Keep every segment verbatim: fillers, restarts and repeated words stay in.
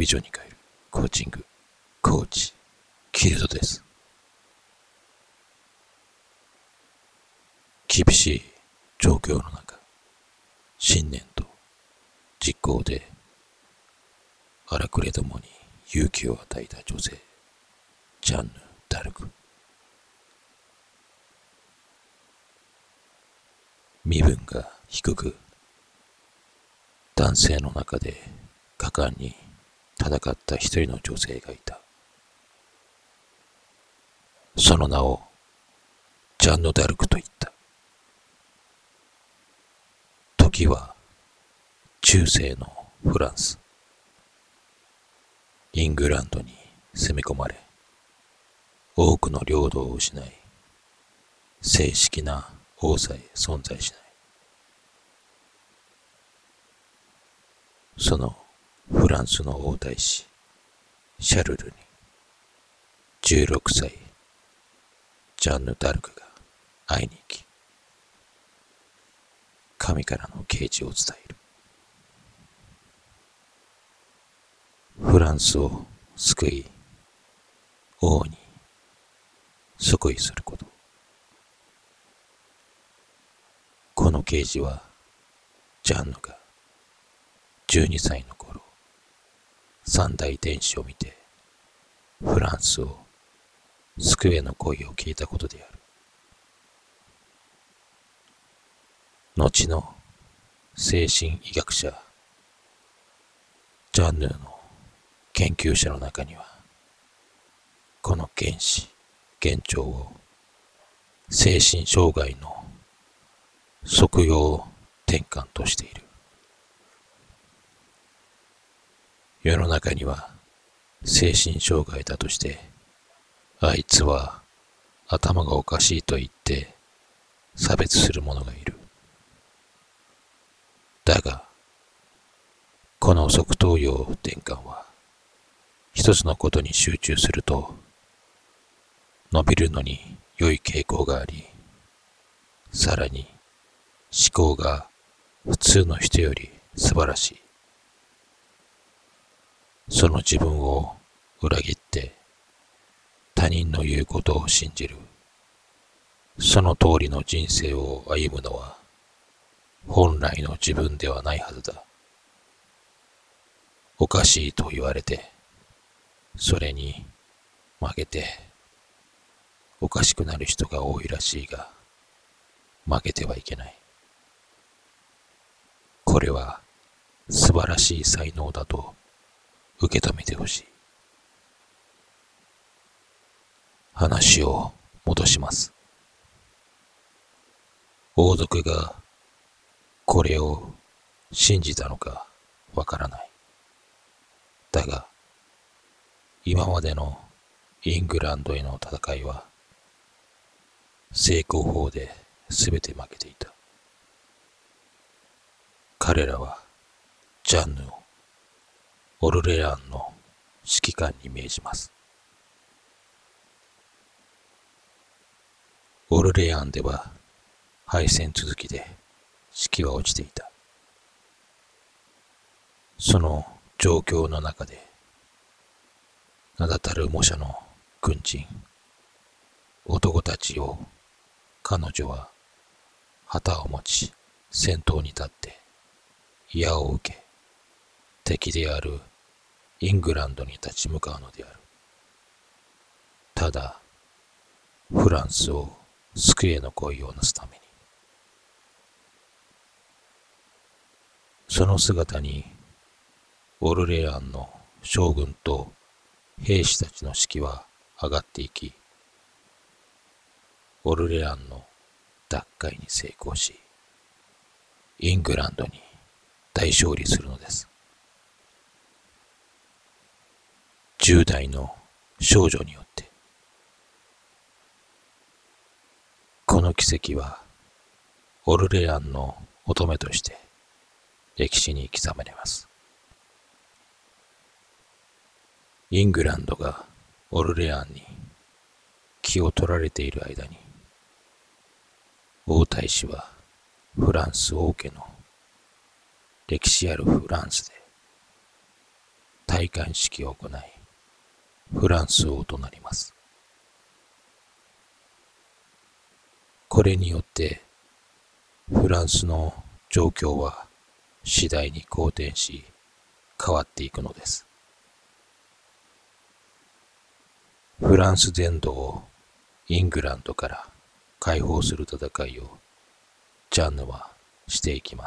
美女に変えるコーチングコーチキルドです。厳しい状況の中、信念と実行で荒くれどもに勇気を与えた女性、ジャンヌ・ダルク。身分が低く、男性の中で果敢に戦った一人の女性がいた。その名をジャンヌ・ダルクと言った。時は中世のフランス。イングランドに攻め込まれ、多くの領土を失い、正式な王さえ存在しない。そのフランスの王太子シャルルにじゅうろくさいジャンヌ・ダルクが会いに行き、神からの啓示を伝える。フランスを救い、王に即位すること。この啓示はジャンヌがじゅうにさいの頃、三大天使を見てフランスを救えの声を聞いたことである。後の精神医学者ジャンヌの研究者の中には、この原始現状を精神障害の即用転換としている。世の中には精神障害だとして、あいつは頭がおかしいと言って差別する者がいる。だが、この側頭葉転換は一つのことに集中すると伸びるのに良い傾向があり、さらに思考が普通の人より素晴らしい。その自分を裏切って他人の言うことを信じる、その通りの人生を歩むのは本来の自分ではないはずだ。おかしいと言われて、それに負けておかしくなる人が多いらしいが、負けてはいけない。これは素晴らしい才能だと受け止めてほしい。話を戻します。王族がこれを信じたのかわからない。だが、今までのイングランドへの戦いは成功法で全て負けていた。彼らはジャンヌをオルレアンの指揮官に命じます。オルレアンでは敗戦続きで士気は落ちていた。その状況の中で、名だたる模写の軍人、男たちを彼女は旗を持ち先頭に立って矢を受け、敵であるイングランドに立ち向かうのである。ただ、フランスを救えの声をなすために。その姿にオルレアンの将軍と兵士たちの士気は上がっていき、オルレアンの奪回に成功し、イングランドに大勝利するのです。十代の少女によって。この奇跡はオルレアンの乙女として歴史に刻まれます。イングランドがオルレアンに気を取られている間に、王太子はフランス王家の歴史あるフランスで戴冠式を行い、フランス王となります。これによって、フランスの状況は次第に好転し、変わっていくのです。フランス全土をイングランドから解放する戦いをジャンヌはしていきます。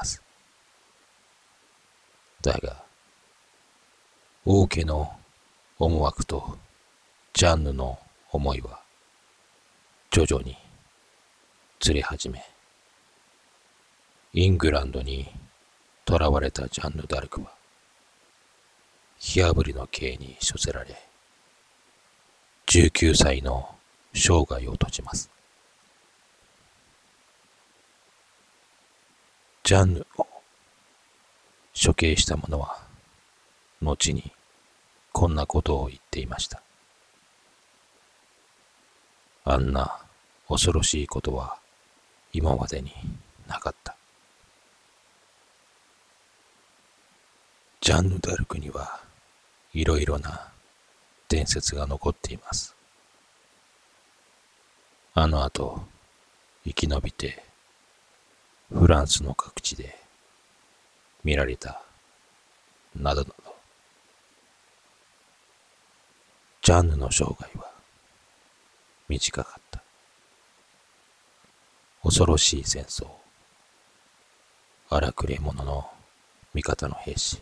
だが、王家の思惑とジャンヌの思いは徐々にずれ始め、イングランドに囚われたジャンヌ・ダルクは火あぶりの刑に処せられ、じゅうきゅうさいの生涯を閉じます。ジャンヌを処刑した者は後にこんなことを言っていました。あんな恐ろしいことは今までになかった。ジャンヌ・ダルクにはいろいろな伝説が残っています。あの後、生き延びてフランスの各地で見られたなどなど。ジャンヌの生涯は短かった。恐ろしい戦争、荒くれ者の味方の兵士、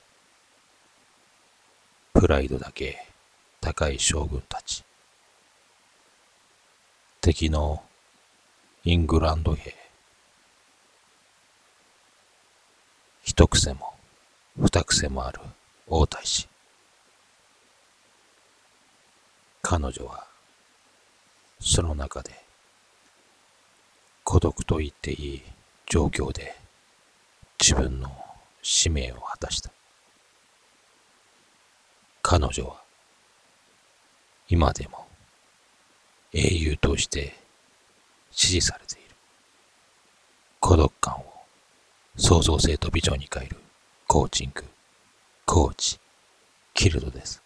プライドだけ高い将軍たち、敵のイングランド兵、一癖も二癖もある王太子。彼女はその中で孤独と言っていい状況で自分の使命を果たした。彼女は今でも英雄として支持されている。孤独感を創造性とビジョンに変えるコーチング、コーチ、キルドです。